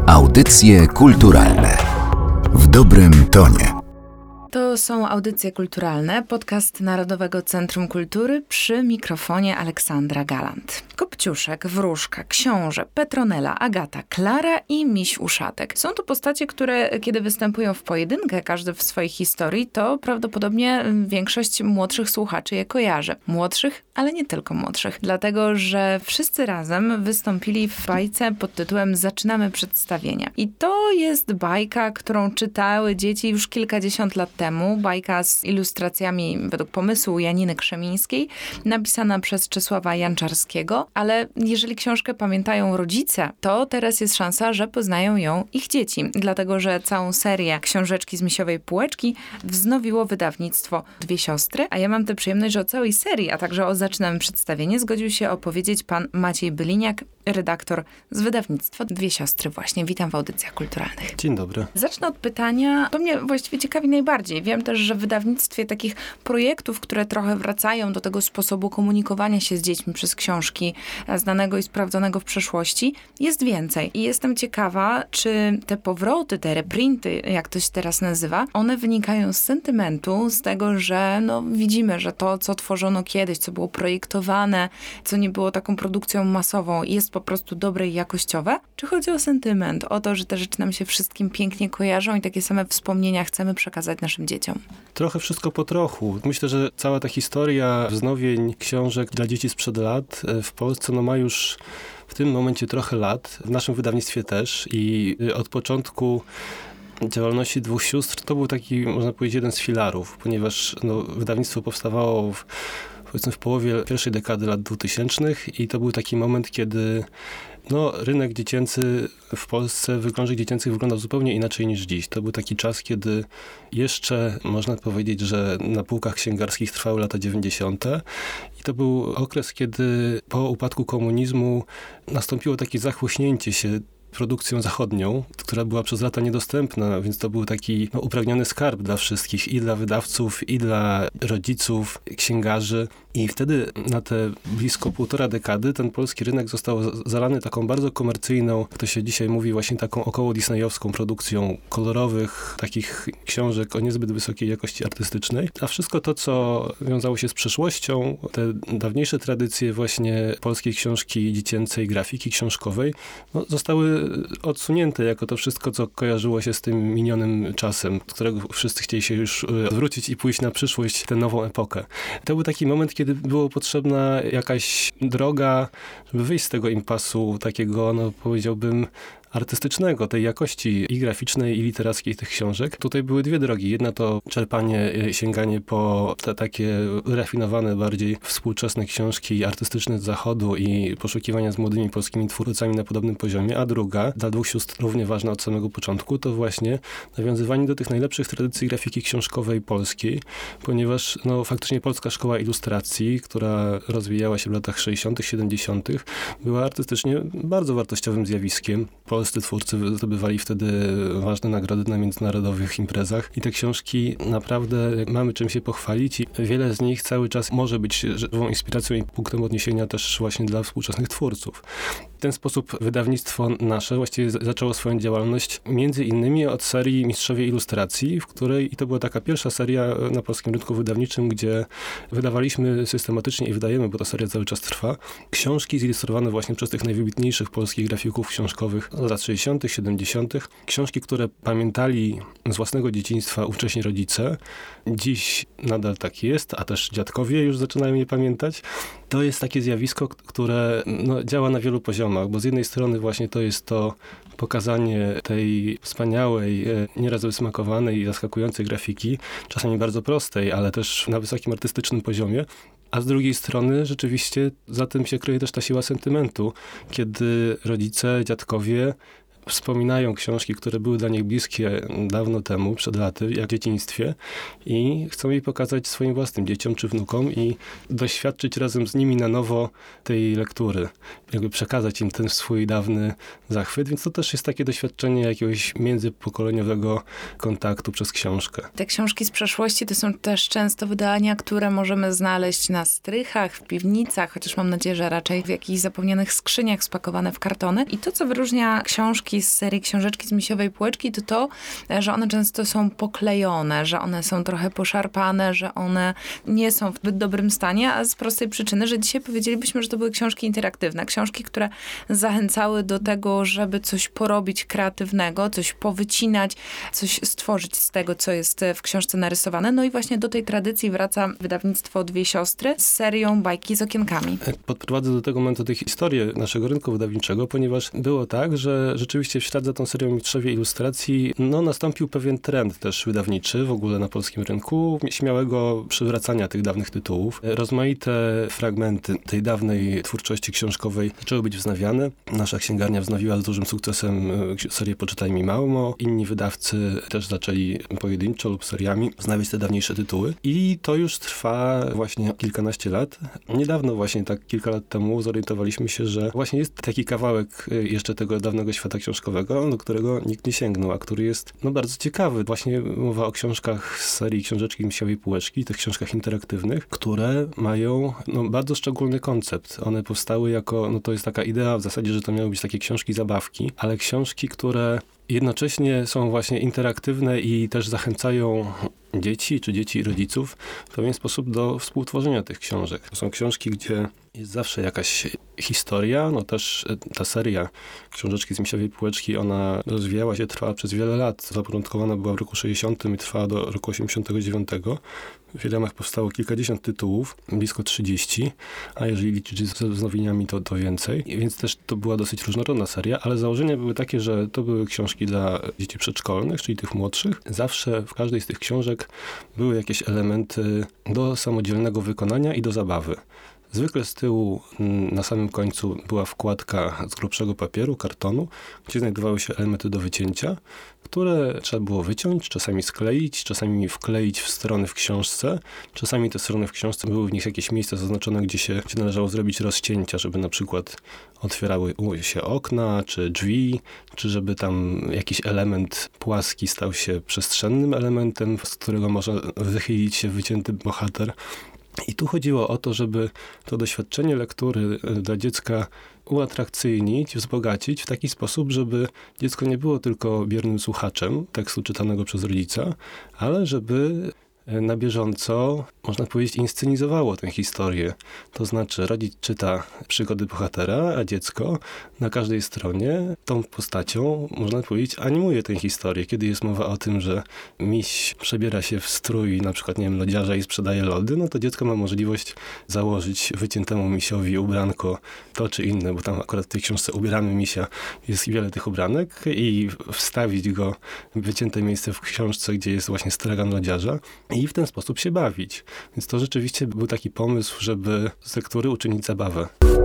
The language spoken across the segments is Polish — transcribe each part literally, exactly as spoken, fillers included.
Audycje kulturalne w dobrym tonie. To są audycje kulturalne, podcast Narodowego Centrum Kultury, przy mikrofonie Aleksandra Galant. Kopciuszek, Wróżka, Książę, Petronela, Agata, Klara i Miś Uszatek. Są to postacie, które kiedy występują w pojedynkę, każdy w swojej historii, to prawdopodobnie większość młodszych słuchaczy je kojarzy. Młodszych, ale nie tylko młodszych. Dlatego, że wszyscy razem wystąpili w bajce pod tytułem Zaczynamy przedstawienia. I to jest bajka, którą czytały dzieci już kilkadziesiąt lat temu. Bajka z ilustracjami według pomysłu Janiny Krzemińskiej, napisana przez Czesława Janczarskiego, ale jeżeli książkę pamiętają rodzice, to teraz jest szansa, że poznają ją ich dzieci, dlatego że całą serię Książeczki z Misiowej Półeczki wznowiło wydawnictwo Dwie Siostry, a ja mam tę przyjemność, że o całej serii, a także o Zaczynamy przedstawienie zgodził się opowiedzieć pan Maciej Byliniak, redaktor z wydawnictwa Dwie Siostry. Właśnie, witam w audycjach kulturalnych. Dzień dobry. Zacznę od pytania, to mnie właściwie ciekawi najbardziej. Wiem też, że w wydawnictwie takich projektów, które trochę wracają do tego sposobu komunikowania się z dziećmi przez książki, znanego i sprawdzonego w przeszłości, jest więcej. I jestem ciekawa, czy te powroty, te reprinty, jak to się teraz nazywa, one wynikają z sentymentu, z tego, że no, widzimy, że to, co tworzono kiedyś, co było projektowane, co nie było taką produkcją masową, jest po prostu dobre i jakościowe? Czy chodzi o sentyment, o to, że te rzeczy nam się wszystkim pięknie kojarzą i takie same wspomnienia chcemy przekazać naszym dzieciom? Trochę wszystko po trochu. Myślę, że cała ta historia wznowień książek dla dzieci sprzed lat w Polsce no ma już w tym momencie trochę lat. W naszym wydawnictwie też i od początku działalności Dwóch Sióstr to był taki, można powiedzieć, jeden z filarów, ponieważ no, wydawnictwo powstawało w powiedzmy w połowie pierwszej dekady lat dwutysięcznych i to był taki moment, kiedy no, rynek dziecięcy w Polsce, książek dziecięcych wyglądał zupełnie inaczej niż dziś. To był taki czas, kiedy jeszcze można powiedzieć, że na półkach księgarskich trwały lata dziewięćdziesiąte. I to był okres, kiedy po upadku komunizmu nastąpiło takie zachłyśnięcie się produkcją zachodnią, która była przez lata niedostępna, więc to był taki no, upragniony skarb dla wszystkich, i dla wydawców, i dla rodziców, księgarzy. I wtedy na te blisko półtora dekady ten polski rynek został zalany taką bardzo komercyjną, jak to się dzisiaj mówi, właśnie taką około disneyowską produkcją kolorowych, takich książek o niezbyt wysokiej jakości artystycznej. A wszystko to, co wiązało się z przeszłością, te dawniejsze tradycje właśnie polskiej książki dziecięcej, grafiki książkowej, no, zostały odsunięte jako to wszystko, co kojarzyło się z tym minionym czasem, od którego wszyscy chcieli się już wrócić i pójść na przyszłość, tę nową epokę. To był taki moment, kiedy było potrzebna jakaś droga, żeby wyjść z tego impasu takiego, no powiedziałbym, artystycznego, tej jakości i graficznej, i literackiej tych książek. Tutaj były dwie drogi. Jedna to czerpanie, sięganie po te takie rafinowane, bardziej współczesne książki artystyczne z zachodu i poszukiwania z młodymi polskimi twórcami na podobnym poziomie, a druga, dla Dwóch Sióstr równie ważna od samego początku, to właśnie nawiązywanie do tych najlepszych tradycji grafiki książkowej polskiej, ponieważ no, faktycznie polska szkoła ilustracji, która rozwijała się w latach sześćdziesiątych, siedemdziesiątych, była artystycznie bardzo wartościowym zjawiskiem. Polscy twórcy zdobywali wtedy ważne nagrody na międzynarodowych imprezach i te książki naprawdę mamy czym się pochwalić i wiele z nich cały czas może być żywą inspiracją i punktem odniesienia też właśnie dla współczesnych twórców. W ten sposób wydawnictwo nasze właściwie zaczęło swoją działalność między innymi od serii Mistrzowie Ilustracji, w której, i to była taka pierwsza seria na polskim rynku wydawniczym, gdzie wydawaliśmy systematycznie i wydajemy, bo ta seria cały czas trwa, książki zilustrowane właśnie przez tych najwybitniejszych polskich grafików książkowych z lat sześćdziesiątych, siedemdziesiątych. Książki, które pamiętali z własnego dzieciństwa ówcześni rodzice. Dziś nadal tak jest, a też dziadkowie już zaczynają je pamiętać. To jest takie zjawisko, które no, działa na wielu poziomach, bo z jednej strony właśnie to jest to pokazanie tej wspaniałej, nieraz wysmakowanej i zaskakującej grafiki, czasami bardzo prostej, ale też na wysokim artystycznym poziomie. A z drugiej strony rzeczywiście za tym się kryje też ta siła sentymentu, kiedy rodzice, dziadkowie wspominają książki, które były dla nich bliskie dawno temu, przed laty, jak w dzieciństwie i chcą je pokazać swoim własnym dzieciom czy wnukom i doświadczyć razem z nimi na nowo tej lektury. Jakby przekazać im ten swój dawny zachwyt, więc to też jest takie doświadczenie jakiegoś międzypokoleniowego kontaktu przez książkę. Te książki z przeszłości to są też często wydania, które możemy znaleźć na strychach, w piwnicach, chociaż mam nadzieję, że raczej w jakichś zapomnianych skrzyniach spakowane w kartony. I to, co wyróżnia książki książki z serii Książeczki z misiowej półeczki, to to, że one często są poklejone, że one są trochę poszarpane, że one nie są w zbyt dobrym stanie, a z prostej przyczyny, że dzisiaj powiedzielibyśmy, że to były książki interaktywne. Książki, które zachęcały do tego, żeby coś porobić kreatywnego, coś powycinać, coś stworzyć z tego, co jest w książce narysowane. No i właśnie do tej tradycji wraca wydawnictwo Dwie Siostry z serią Bajki z okienkami. Podprowadzę do tego momentu tę historię naszego rynku wydawniczego, ponieważ było tak, że rzeczywiście w ślad za tą serią Mistrzowie Ilustracji no, nastąpił pewien trend też wydawniczy w ogóle na polskim rynku, śmiałego przywracania tych dawnych tytułów. Rozmaite fragmenty tej dawnej twórczości książkowej zaczęły być wznawiane. Nasza księgarnia wznowiła z dużym sukcesem serię Poczytaj mi Małmo. Inni wydawcy też zaczęli pojedynczo lub seriami wznawiać te dawniejsze tytuły. I to już trwa właśnie kilkanaście lat. Niedawno właśnie, tak kilka lat temu zorientowaliśmy się, że właśnie jest taki kawałek jeszcze tego dawnego świata książkowego, do którego nikt nie sięgnął, a który jest no bardzo ciekawy. Właśnie mowa o książkach z serii Książeczki Misiowej Półeczki, tych książkach interaktywnych, które mają no, bardzo szczególny koncept. One powstały jako, no to jest taka idea w zasadzie, że to miały być takie książki zabawki, ale książki, które jednocześnie są właśnie interaktywne i też zachęcają dzieci, czy dzieci i rodziców w pewien sposób do współtworzenia tych książek. To są książki, gdzie jest zawsze jakaś historia, no też ta seria Książeczki z Misiowej Półeczki, ona rozwijała się, trwała przez wiele lat. Zapoczątkowana była w roku sześćdziesiątym i trwała do roku osiemdziesiątego dziewiątego. W Wielemach powstało kilkadziesiąt tytułów, blisko trzydzieści, a jeżeli liczyć ze wznowieniami, to, to więcej. I więc też to była dosyć różnorodna seria, ale założenia były takie, że to były książki dla dzieci przedszkolnych, czyli tych młodszych. Zawsze w każdej z tych książek były jakieś elementy do samodzielnego wykonania i do zabawy. Zwykle z tyłu na samym końcu była wkładka z grubszego papieru, kartonu, gdzie znajdowały się elementy do wycięcia, które trzeba było wyciąć, czasami skleić, czasami wkleić w strony w książce. Czasami te strony w książce były w nich jakieś miejsca zaznaczone, gdzie się gdzie należało zrobić rozcięcia, żeby na przykład otwierały się okna, czy drzwi, czy żeby tam jakiś element płaski stał się przestrzennym elementem, z którego może wychylić się wycięty bohater. I tu chodziło o to, żeby to doświadczenie lektury dla dziecka uatrakcyjnić, wzbogacić w taki sposób, żeby dziecko nie było tylko biernym słuchaczem tekstu czytanego przez rodzica, ale żeby na bieżąco, można powiedzieć, inscenizowało tę historię. To znaczy rodzic czyta przygody bohatera, a dziecko na każdej stronie tą postacią, można powiedzieć, animuje tę historię. Kiedy jest mowa o tym, że miś przebiera się w strój, na przykład, nie wiem, lodziarza i sprzedaje lody, no to dziecko ma możliwość założyć wyciętemu misiowi ubranko to czy inne, bo tam akurat w tej książce Ubieramy misia jest wiele tych ubranek i wstawić go w wycięte miejsce w książce, gdzie jest właśnie stragan lodziarza i w ten sposób się bawić. Więc to rzeczywiście był taki pomysł, żeby z lektury uczynić zabawę.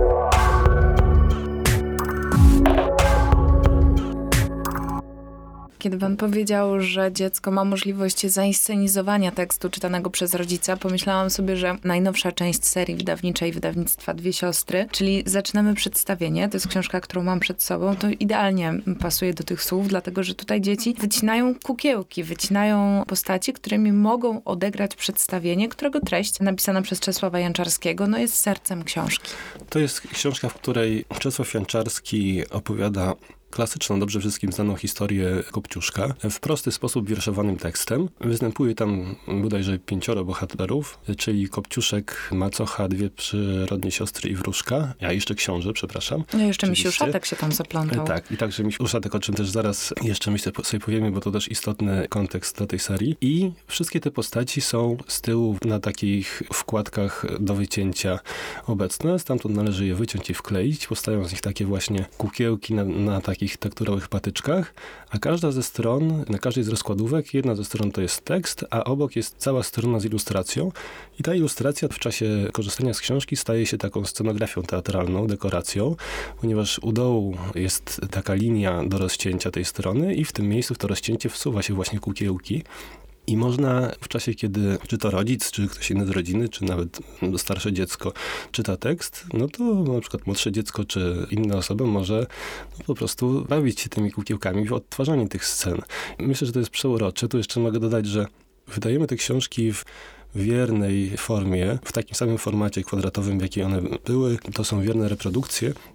Kiedy pan powiedział, że dziecko ma możliwość zainscenizowania tekstu czytanego przez rodzica, pomyślałam sobie, że najnowsza część serii wydawniczej wydawnictwa Dwie Siostry, czyli Zaczynamy przedstawienie, to jest książka, którą mam przed sobą, to idealnie pasuje do tych słów, dlatego że tutaj dzieci wycinają kukiełki, wycinają postaci, którymi mogą odegrać przedstawienie, którego treść napisana przez Czesława Janczarskiego, no jest sercem książki. To jest książka, w której Czesław Janczarski opowiada klasyczną, dobrze wszystkim znaną historię Kopciuszka w prosty sposób wierszowanym tekstem. Występuje tam bodajże pięcioro bohaterów, czyli Kopciuszek, Macocha, dwie przyrodnie siostry i wróżka, a jeszcze książę, przepraszam. No i jeszcze Misiuszatek się tam zaplątał. Tak, i także Misiuszatek, o czym też zaraz jeszcze myślę sobie powiemy, bo to też istotny kontekst dla tej serii. I wszystkie te postaci są z tyłu na takich wkładkach do wycięcia obecne. Stamtąd należy je wyciąć i wkleić. Powstają z nich takie właśnie kukiełki na, na takich tekturowych patyczkach, a każda ze stron, na każdej z rozkładówek, jedna ze stron to jest tekst, a obok jest cała strona z ilustracją i ta ilustracja w czasie korzystania z książki staje się taką scenografią teatralną, dekoracją, ponieważ u dołu jest taka linia do rozcięcia tej strony i w tym miejscu w to rozcięcie wsuwa się właśnie kukiełki. I można w czasie, kiedy czy to rodzic, czy ktoś inny z rodziny, czy nawet starsze dziecko czyta tekst, no to na przykład młodsze dziecko, czy inna osoba może no, po prostu bawić się tymi kukiełkami w odtwarzaniu tych scen. Myślę, że to jest przeurocze. Tu jeszcze mogę dodać, że wydajemy te książki w wiernej formie, w takim samym formacie kwadratowym, w jakiej one były. To są wierne reprodukcje.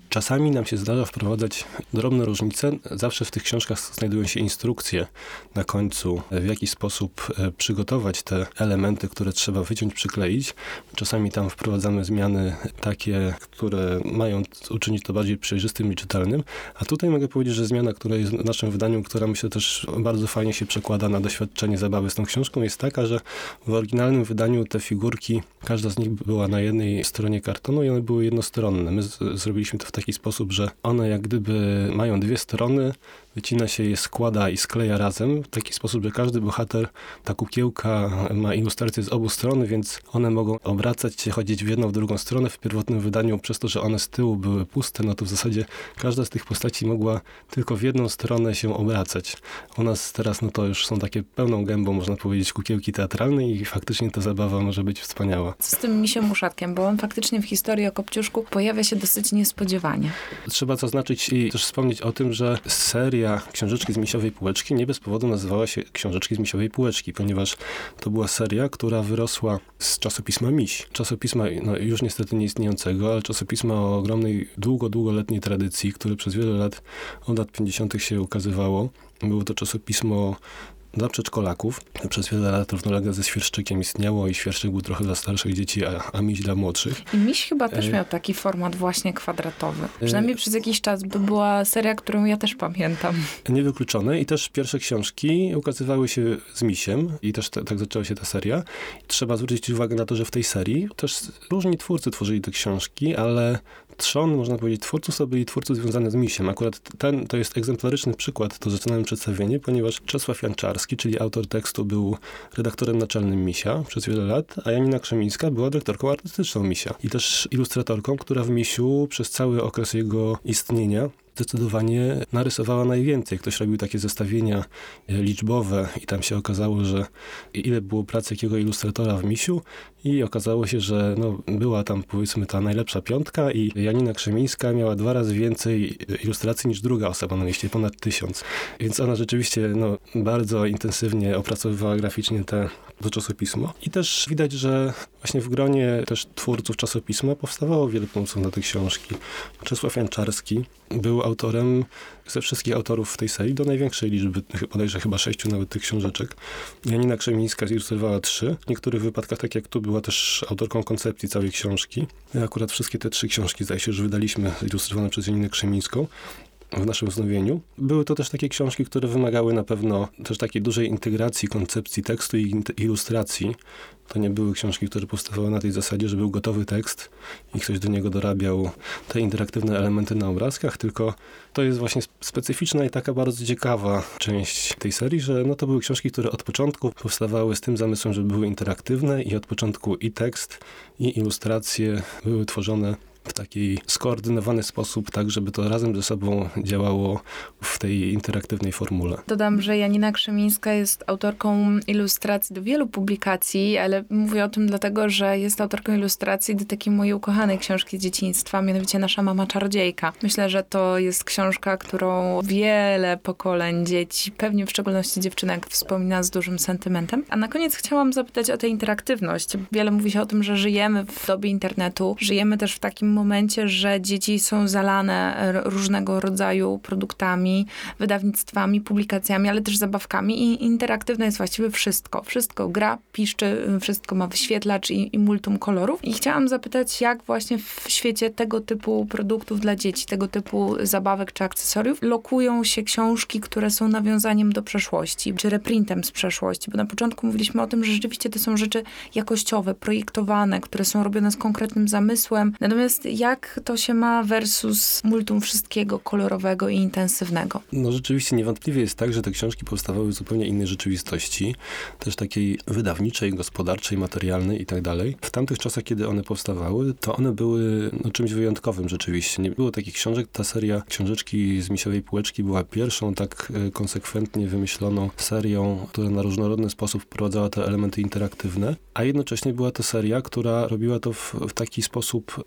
Czasami nam się zdarza wprowadzać drobne różnice. Zawsze w tych książkach znajdują się instrukcje na końcu, w jaki sposób przygotować te elementy, które trzeba wyciąć, przykleić. Czasami tam wprowadzamy zmiany takie, które mają uczynić to bardziej przejrzystym i czytelnym. A tutaj mogę powiedzieć, że zmiana, która jest w naszym wydaniu, która myślę też bardzo fajnie się przekłada na doświadczenie zabawy z tą książką, jest taka, że w oryginalnym wydaniu te figurki, każda z nich była na jednej stronie kartonu i one były jednostronne. My z- zrobiliśmy to w taki sposób, że one jak gdyby mają dwie strony, wycina się je, składa i skleja razem w taki sposób, że każdy bohater, ta kukiełka ma ilustracje z obu stron, więc one mogą obracać się, chodzić w jedną, w drugą stronę. W pierwotnym wydaniu, przez to, że one z tyłu były puste, no to w zasadzie każda z tych postaci mogła tylko w jedną stronę się obracać. U nas teraz, no to już są takie pełną gębą, można powiedzieć, kukiełki teatralne i faktycznie ta zabawa może być wspaniała. Co z tym misiem Uszatkiem? Bo on faktycznie w historii o Kopciuszku pojawia się dosyć niespodziewanie. Trzeba zaznaczyć i też wspomnieć o tym, że seria Książeczki z Misiowej Półeczki nie bez powodu nazywała się Książeczki z Misiowej Półeczki, ponieważ to była seria, która wyrosła z czasopisma Miś. Czasopisma no, już niestety nieistniejącego, ale czasopisma o ogromnej, długo, długoletniej tradycji, które przez wiele lat, od lat pięćdziesiątych się ukazywało. Było to czasopismo dla przedszkolaków. Przez wiele lat równolegle ze Świerszczykiem istniało i Świerszczyk był trochę dla starszych dzieci, a, a Miś dla młodszych. I Miś chyba też E... miał taki format właśnie kwadratowy. Przynajmniej e... przez jakiś czas by była seria, którą ja też pamiętam. Niewykluczone i też pierwsze książki ukazywały się z Misiem i też te, tak zaczęła się ta seria. Trzeba zwrócić uwagę na to, że w tej serii też różni twórcy tworzyli te książki, ale trzon, można powiedzieć, twórców to byli twórcy związani z Misiem. Akurat ten to jest egzemplaryczny przykład, to zaczynamy przedstawienie, ponieważ Czesław Janczarski, czyli autor tekstu, był redaktorem naczelnym Misia przez wiele lat, a Janina Krzemińska była dyrektorką artystyczną Misia i też ilustratorką, która w Misiu przez cały okres jego istnienia zdecydowanie narysowała najwięcej. Ktoś robił takie zestawienia liczbowe i tam się okazało, że ile było pracy jakiego ilustratora w Misiu i okazało się, że no, była tam powiedzmy ta najlepsza piątka i Janina Krzemińska miała dwa razy więcej ilustracji niż druga osoba na liście, ponad tysiąc. Więc ona rzeczywiście no, bardzo intensywnie opracowywała graficznie te, to czasopismo. I też widać, że właśnie w gronie też twórców czasopisma powstawało wiele pomysłów na te książki. Czesław Janczarski był autorem ze wszystkich autorów w tej serii do największej liczby, bodajże chyba sześciu nawet tych książeczek. Janina Krzemińska zilustrowała trzy. W niektórych wypadkach, tak jak tu, była też autorką koncepcji całej książki. My akurat wszystkie te trzy książki, zdaje się, że wydaliśmy zilustrowane przez Janinę Krzemińską w naszym wznowieniu. Były to też takie książki, które wymagały na pewno też takiej dużej integracji koncepcji tekstu i ilustracji. To nie były książki, które powstawały na tej zasadzie, że był gotowy tekst i ktoś do niego dorabiał te interaktywne elementy na obrazkach, tylko to jest właśnie specyficzna i taka bardzo ciekawa część tej serii, że no to były książki, które od początku powstawały z tym zamysłem, że były interaktywne i od początku i tekst, i ilustracje były tworzone w taki skoordynowany sposób, tak żeby to razem ze sobą działało w tej interaktywnej formule. Dodam, że Janina Krzemińska jest autorką ilustracji do wielu publikacji, ale mówię o tym dlatego, że jest autorką ilustracji do takiej mojej ukochanej książki z dzieciństwa, mianowicie Nasza mama czarodziejka. Myślę, że to jest książka, którą wiele pokoleń dzieci, pewnie w szczególności dziewczynek, wspomina z dużym sentymentem. A na koniec chciałam zapytać o tę interaktywność. Wiele mówi się o tym, że żyjemy w dobie internetu, żyjemy też w takim momencie, że dzieci są zalane różnego rodzaju produktami, wydawnictwami, publikacjami, ale też zabawkami i interaktywne jest właściwie wszystko. Wszystko gra, piszczy, wszystko ma wyświetlacz i, i multum kolorów. I chciałam zapytać, jak właśnie w świecie tego typu produktów dla dzieci, tego typu zabawek czy akcesoriów lokują się książki, które są nawiązaniem do przeszłości, czy reprintem z przeszłości, bo na początku mówiliśmy o tym, że rzeczywiście to są rzeczy jakościowe, projektowane, które są robione z konkretnym zamysłem. Natomiast jak to się ma versus multum wszystkiego kolorowego i intensywnego? No rzeczywiście niewątpliwie jest tak, że te książki powstawały w zupełnie innej rzeczywistości, też takiej wydawniczej, gospodarczej, materialnej i tak dalej. W tamtych czasach, kiedy one powstawały, to one były no, czymś wyjątkowym rzeczywiście. Nie było takich książek. Ta seria Książeczki z Misiowej Półeczki była pierwszą tak konsekwentnie wymyśloną serią, która na różnorodny sposób wprowadzała te elementy interaktywne, a jednocześnie była to seria, która robiła to w, w taki sposób, powiedział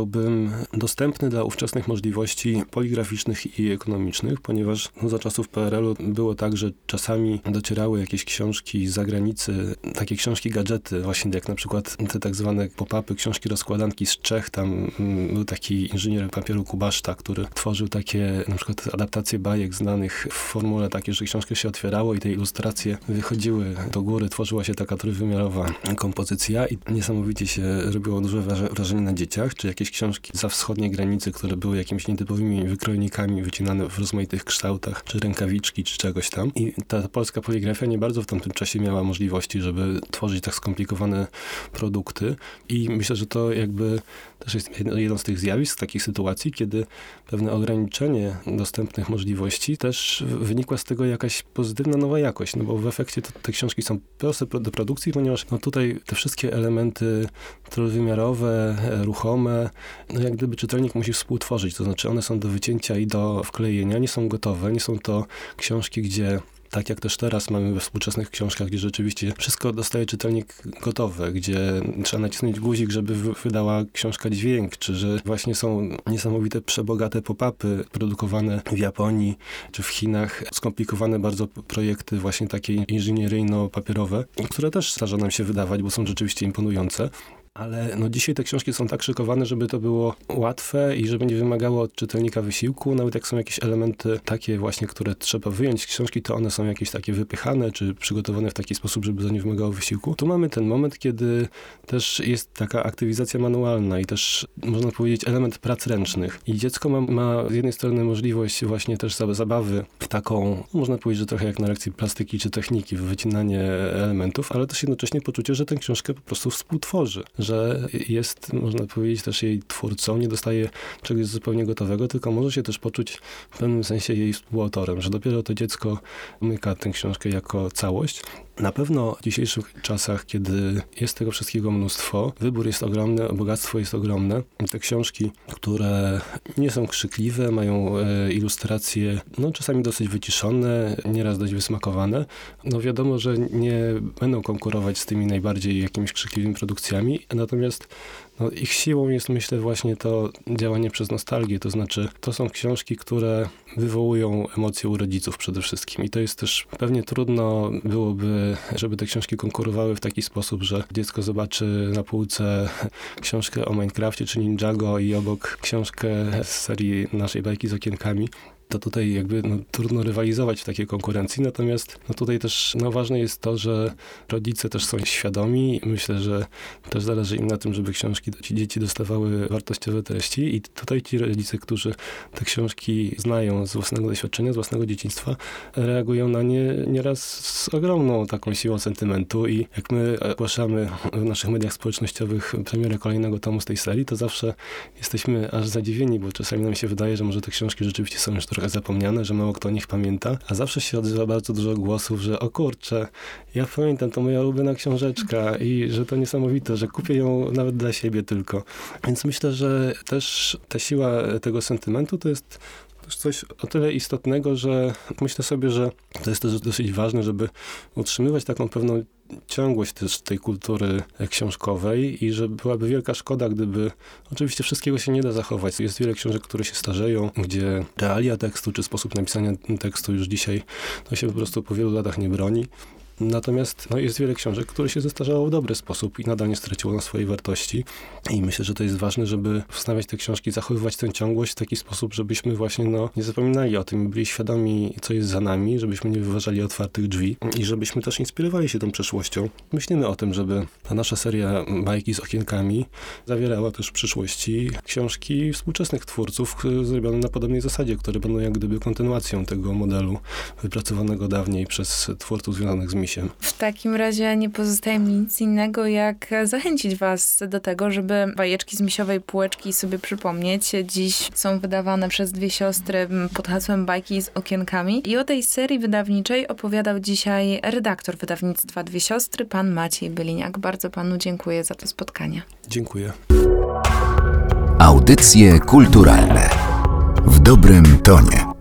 powiedziałbym, dostępny dla ówczesnych możliwości poligraficznych i ekonomicznych, ponieważ no, za czasów P R L-u było tak, że czasami docierały jakieś książki z zagranicy, takie książki gadżety, właśnie jak na przykład te tak zwane pop-upy, książki rozkładanki z Czech. Tam mm, był taki inżynier papieru Kubaszta, który tworzył takie na przykład adaptacje bajek znanych w formule takiej, że książkę się otwierało i te ilustracje wychodziły do góry, tworzyła się taka trójwymiarowa kompozycja i niesamowicie się robiło duże wrażenie na dzieciach, czy jakieś książki za wschodniej granicy, które były jakimiś nietypowymi wykrojnikami wycinane w rozmaitych kształtach, czy rękawiczki, czy czegoś tam. I ta polska poligrafia nie bardzo w tamtym czasie miała możliwości, żeby tworzyć tak skomplikowane produkty i myślę, że to jakby też jest jedno z tych zjawisk, takich sytuacji, kiedy pewne ograniczenie dostępnych możliwości też wynikła z tego jakaś pozytywna nowa jakość, no bo w efekcie to, te książki są proste do produkcji, ponieważ no tutaj te wszystkie elementy trójwymiarowe, ruchome, no jak gdyby czytelnik musi współtworzyć, to znaczy one są do wycięcia i do wklejenia, nie są gotowe, nie są to książki, gdzie tak jak też teraz mamy we współczesnych książkach, gdzie rzeczywiście wszystko dostaje czytelnik gotowe, gdzie trzeba nacisnąć guzik, żeby wydała książka dźwięk, czy że właśnie są niesamowite, przebogate pop-upy produkowane w Japonii czy w Chinach, skomplikowane bardzo projekty właśnie takie inżynieryjno-papierowe, które też zdarza nam się wydawać, bo są rzeczywiście imponujące. Ale no dzisiaj te książki są tak szykowane, żeby to było łatwe i żeby nie wymagało od czytelnika wysiłku. Nawet jak są jakieś elementy takie właśnie, które trzeba wyjąć z książki, to one są jakieś takie wypychane, czy przygotowane w taki sposób, żeby to nie wymagało wysiłku. Tu mamy ten moment, kiedy też jest taka aktywizacja manualna i też, można powiedzieć, element prac ręcznych. I dziecko ma, ma z jednej strony możliwość właśnie też zabawy w taką, można powiedzieć, że trochę jak na lekcji plastyki czy techniki, w wycinanie elementów, ale też jednocześnie poczucie, że tę książkę po prostu współtworzy. Że jest, można powiedzieć, też jej twórcą, nie dostaje czegoś zupełnie gotowego, tylko może się też poczuć w pewnym sensie jej współautorem, że dopiero to dziecko umyka tę książkę jako całość. Na pewno w dzisiejszych czasach, kiedy jest tego wszystkiego mnóstwo, wybór jest ogromny, bogactwo jest ogromne. Te książki, które nie są krzykliwe, mają e, ilustracje, no czasami dosyć wyciszone, nieraz dość wysmakowane, no wiadomo, że nie będą konkurować z tymi najbardziej jakimiś krzykliwymi produkcjami, natomiast no, ich siłą jest, myślę, właśnie to działanie przez nostalgię, to znaczy to są książki, które wywołują emocje u rodziców przede wszystkim i to jest też pewnie trudno byłoby, żeby te książki konkurowały w taki sposób, że dziecko zobaczy na półce książkę o Minecrafcie czy Ninjago i obok książkę z serii naszej bajki z okienkami. To tutaj jakby no, trudno rywalizować w takiej konkurencji, natomiast no, tutaj też no, ważne jest to, że rodzice też są świadomi i myślę, że też zależy im na tym, żeby książki, ci dzieci dostawały wartościowe treści i tutaj ci rodzice, którzy te książki znają z własnego doświadczenia, z własnego dzieciństwa, reagują na nie nieraz z ogromną taką siłą sentymentu i jak my ogłaszamy w naszych mediach społecznościowych premierę kolejnego tomu z tej serii, to zawsze jesteśmy aż zadziwieni, bo czasami nam się wydaje, że może te książki rzeczywiście są już trochę zapomniane, że mało kto o nich pamięta, a zawsze się odzywa bardzo dużo głosów, że o kurczę, ja pamiętam, to moja ulubiona książeczka i że to niesamowite, że kupię ją nawet dla siebie tylko. Więc myślę, że też ta siła tego sentymentu to jest też coś o tyle istotnego, że myślę sobie, że to jest też dosyć ważne, żeby utrzymywać taką pewną ciągłość też tej kultury książkowej i że byłaby wielka szkoda, gdyby oczywiście wszystkiego się nie da zachować. Jest wiele książek, które się starzeją, gdzie realia tekstu czy sposób napisania tekstu już dzisiaj to się po prostu po wielu latach nie broni. Natomiast no, jest wiele książek, które się zestarzało w dobry sposób i nadal nie straciło na swojej wartości. I myślę, że to jest ważne, żeby wstawiać te książki, zachowywać tę ciągłość w taki sposób, żebyśmy właśnie no, nie zapominali o tym, byli świadomi, co jest za nami, żebyśmy nie wyważali otwartych drzwi i żebyśmy też inspirowali się tą przeszłością. Myślimy o tym, żeby ta nasza seria bajki z okienkami zawierała też w przyszłości książki współczesnych twórców zrobione na podobnej zasadzie, które będą jak gdyby kontynuacją tego modelu wypracowanego dawniej przez twórców związanych z misiem. W takim razie nie pozostaje mi nic innego, jak zachęcić was do tego, żeby bajeczki z misiowej półeczki sobie przypomnieć. Dziś są wydawane przez dwie siostry pod hasłem Bajki z okienkami. I o tej serii wydawniczej opowiadał dzisiaj redaktor wydawnictwa Dwie Siostry, pan Maciej Byliniak. Bardzo panu dziękuję za to spotkanie. Dziękuję. Audycje kulturalne w dobrym tonie.